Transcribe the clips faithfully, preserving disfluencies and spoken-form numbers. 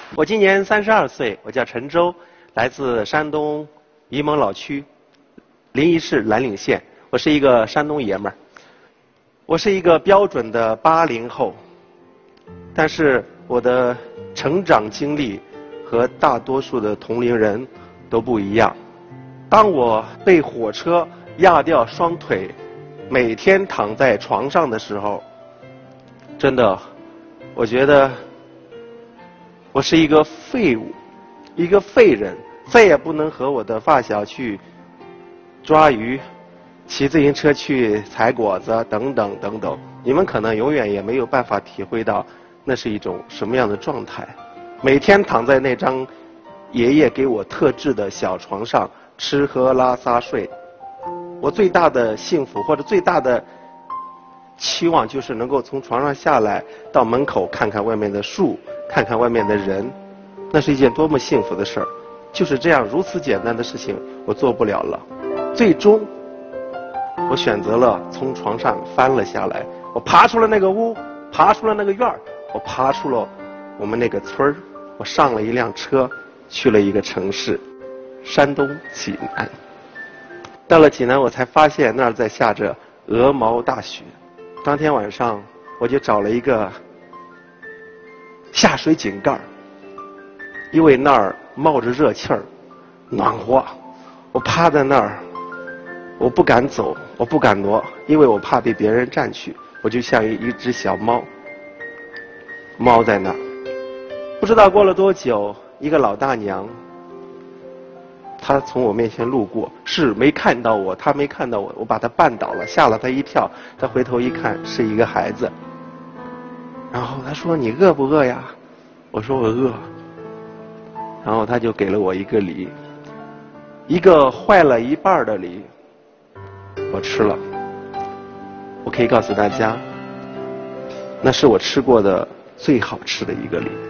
我今年三十二岁，我叫陈舟，来自山东沂蒙老区临沂市兰陵县。我是一个山东爷们儿，我是一个标准的八零后，但是我的成长经历和大多数的同龄人都不一样。当我被火车压掉双腿，每天躺在床上的时候，真的，我觉得我是一个废物，一个废人，再也不能和我的发小去抓鱼、骑自行车去采果子等等等等。你们可能永远也没有办法体会到那是一种什么样的状态。每天躺在那张爷爷给我特制的小床上吃喝拉撒睡，我最大的幸福或者最大的期望就是能够从床上下来到门口看看外面的树，看看外面的人，那是一件多么幸福的事儿。就是这样如此简单的事情我做不了了，最终我选择了从床上翻了下来，我爬出了那个屋，爬出了那个院儿，我爬出了我们那个村儿，我上了一辆车去了一个城市，山东济南。到了济南，我才发现那儿在下着鹅毛大雪。当天晚上我就找了一个下水井盖，因为那儿冒着热气儿，暖和。我趴在那儿，我不敢走，我不敢挪，因为我怕被别人占去。我就像一一只小猫，猫在那儿。不知道过了多久，一个老大娘，她从我面前路过，是没看到我，她没看到我，我把她绊倒了，吓了她一跳。她回头一看，是一个孩子。然后她说：“你饿不饿呀？”我说：“我饿。”然后她就给了我一个梨，一个坏了一半的梨，我吃了。我可以告诉大家，那是我吃过的最好吃的一个梨。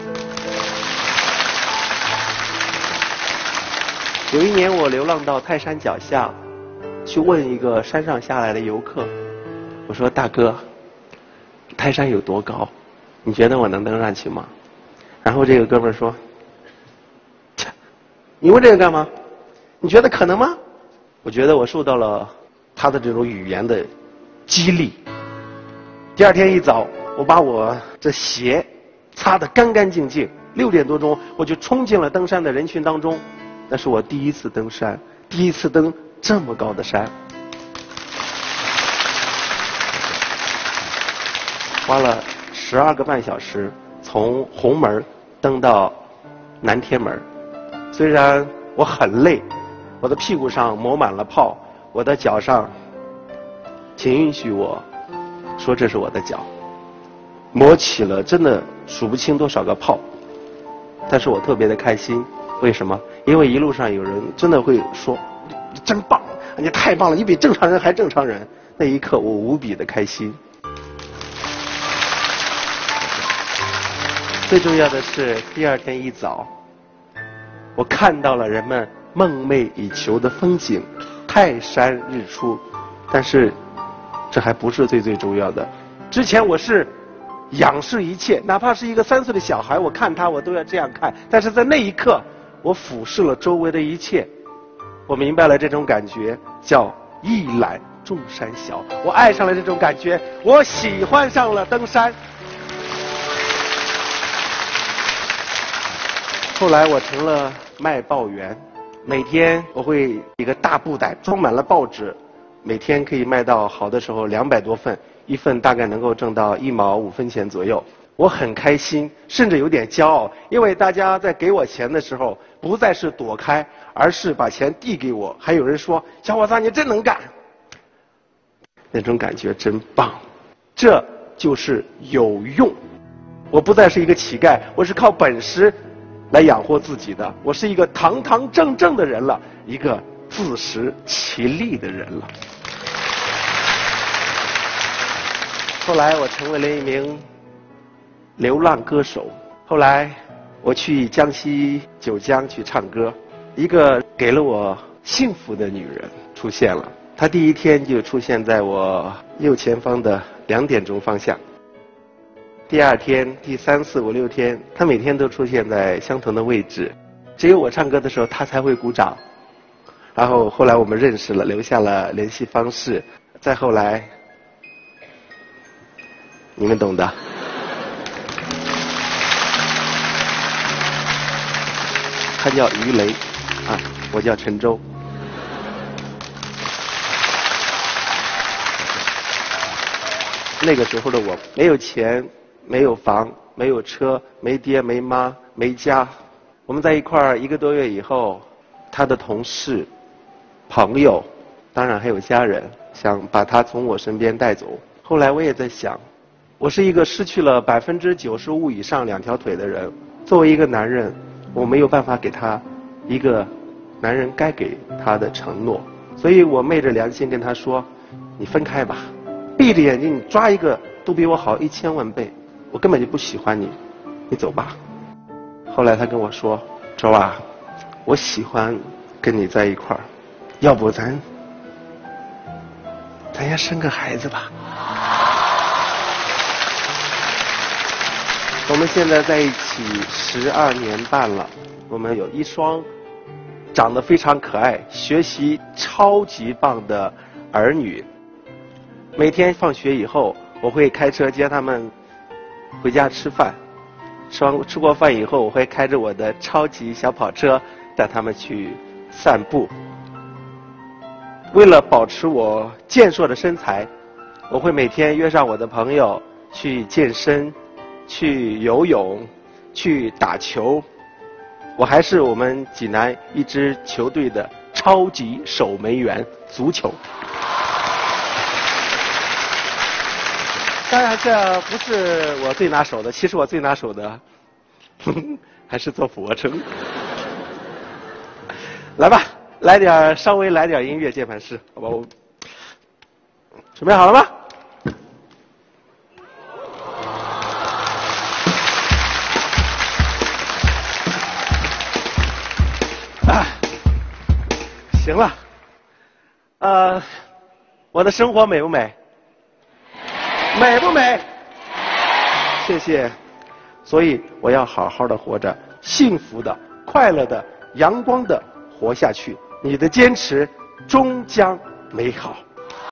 有一年我流浪到泰山脚下，去问一个山上下来的游客，我说：“大哥，泰山有多高？你觉得我能登上去吗？”然后这个哥们儿说：“切，你问这个干嘛？你觉得可能吗？”我觉得我受到了他的这种语言的激励。第二天一早，我把我这鞋擦得干干净净，六点多钟我就冲进了登山的人群当中。那是我第一次登山，第一次登这么高的山，花了十二个半小时从红门登到南天门。虽然我很累，我的屁股上磨满了泡，我的脚上，请允许我说这是我的脚，磨起了真的数不清多少个泡，但是我特别的开心。为什么？因为一路上有人真的会说：“你真棒，你太棒了，你比正常人还正常人。”那一刻我无比的开心。最重要的是，第二天一早，我看到了人们梦寐以求的风景——泰山日出。但是，这还不是最最重要的。之前我是仰视一切，哪怕是一个三岁的小孩，我看他我都要这样看。但是在那一刻，我俯视了周围的一切，我明白了这种感觉叫一览众山小。我爱上了这种感觉，我喜欢上了登山。后来我成了卖报员，每天我会一个大布袋装满了报纸，每天可以卖到好的时候两百多份，一份大概能够挣到一毛五分钱左右。我很开心，甚至有点骄傲，因为大家在给我钱的时候不再是躲开，而是把钱递给我。还有人说：“小伙子，你真能干。”那种感觉真棒，这就是有用。我不再是一个乞丐，我是靠本事来养活自己的，我是一个堂堂正正的人了，一个自食其力的人了。后来我成为了一名流浪歌手，后来我去江西九江去唱歌，一个给了我幸福的女人出现了。她第一天就出现在我右前方的两点钟方向。 第二天、第三四五六天，他每天都出现在相同的位置，只有我唱歌的时候，他才会鼓掌。然后后来我们认识了，留下了联系方式。再后来，你们懂的。他叫于雷，啊，我叫陈舟。那个时候的我，没有钱，没有房，没有车，没爹没妈，没家。我们在一块儿一个多月以后，他的同事、朋友，当然还有家人，想把他从我身边带走。后来我也在想，我是一个失去了百分之九十五以上两条腿的人，作为一个男人，我没有办法给他一个男人该给他的承诺，所以我昧着良心跟他说：“你分开吧。”闭着眼睛，你抓一个都比我好一千万倍。我根本就不喜欢你，你走吧。后来他跟我说：“周啊，我喜欢跟你在一块儿，要不咱咱先生个孩子吧。”我们现在在一起十二年半了，我们有一双长得非常可爱、学习超级棒的儿女。每天放学以后，我会开车接他们回家吃饭。吃完吃过饭以后，我会开着我的超级小跑车带他们去散步。为了保持我健硕的身材，我会每天约上我的朋友去健身、去游泳、去打球。我还是我们济南一支球队的超级守门员，足球。当然，这不是我最拿手的。其实我最拿手的，呵呵还是做俯卧撑。来吧，来点稍微来点音乐键盘师，好吧？我准备好了吗？啊，行了。呃，我的生活美不美？美不美？谢谢。所以我要好好的活着，幸福的、快乐的、阳光的活下去。你的坚持终将美好。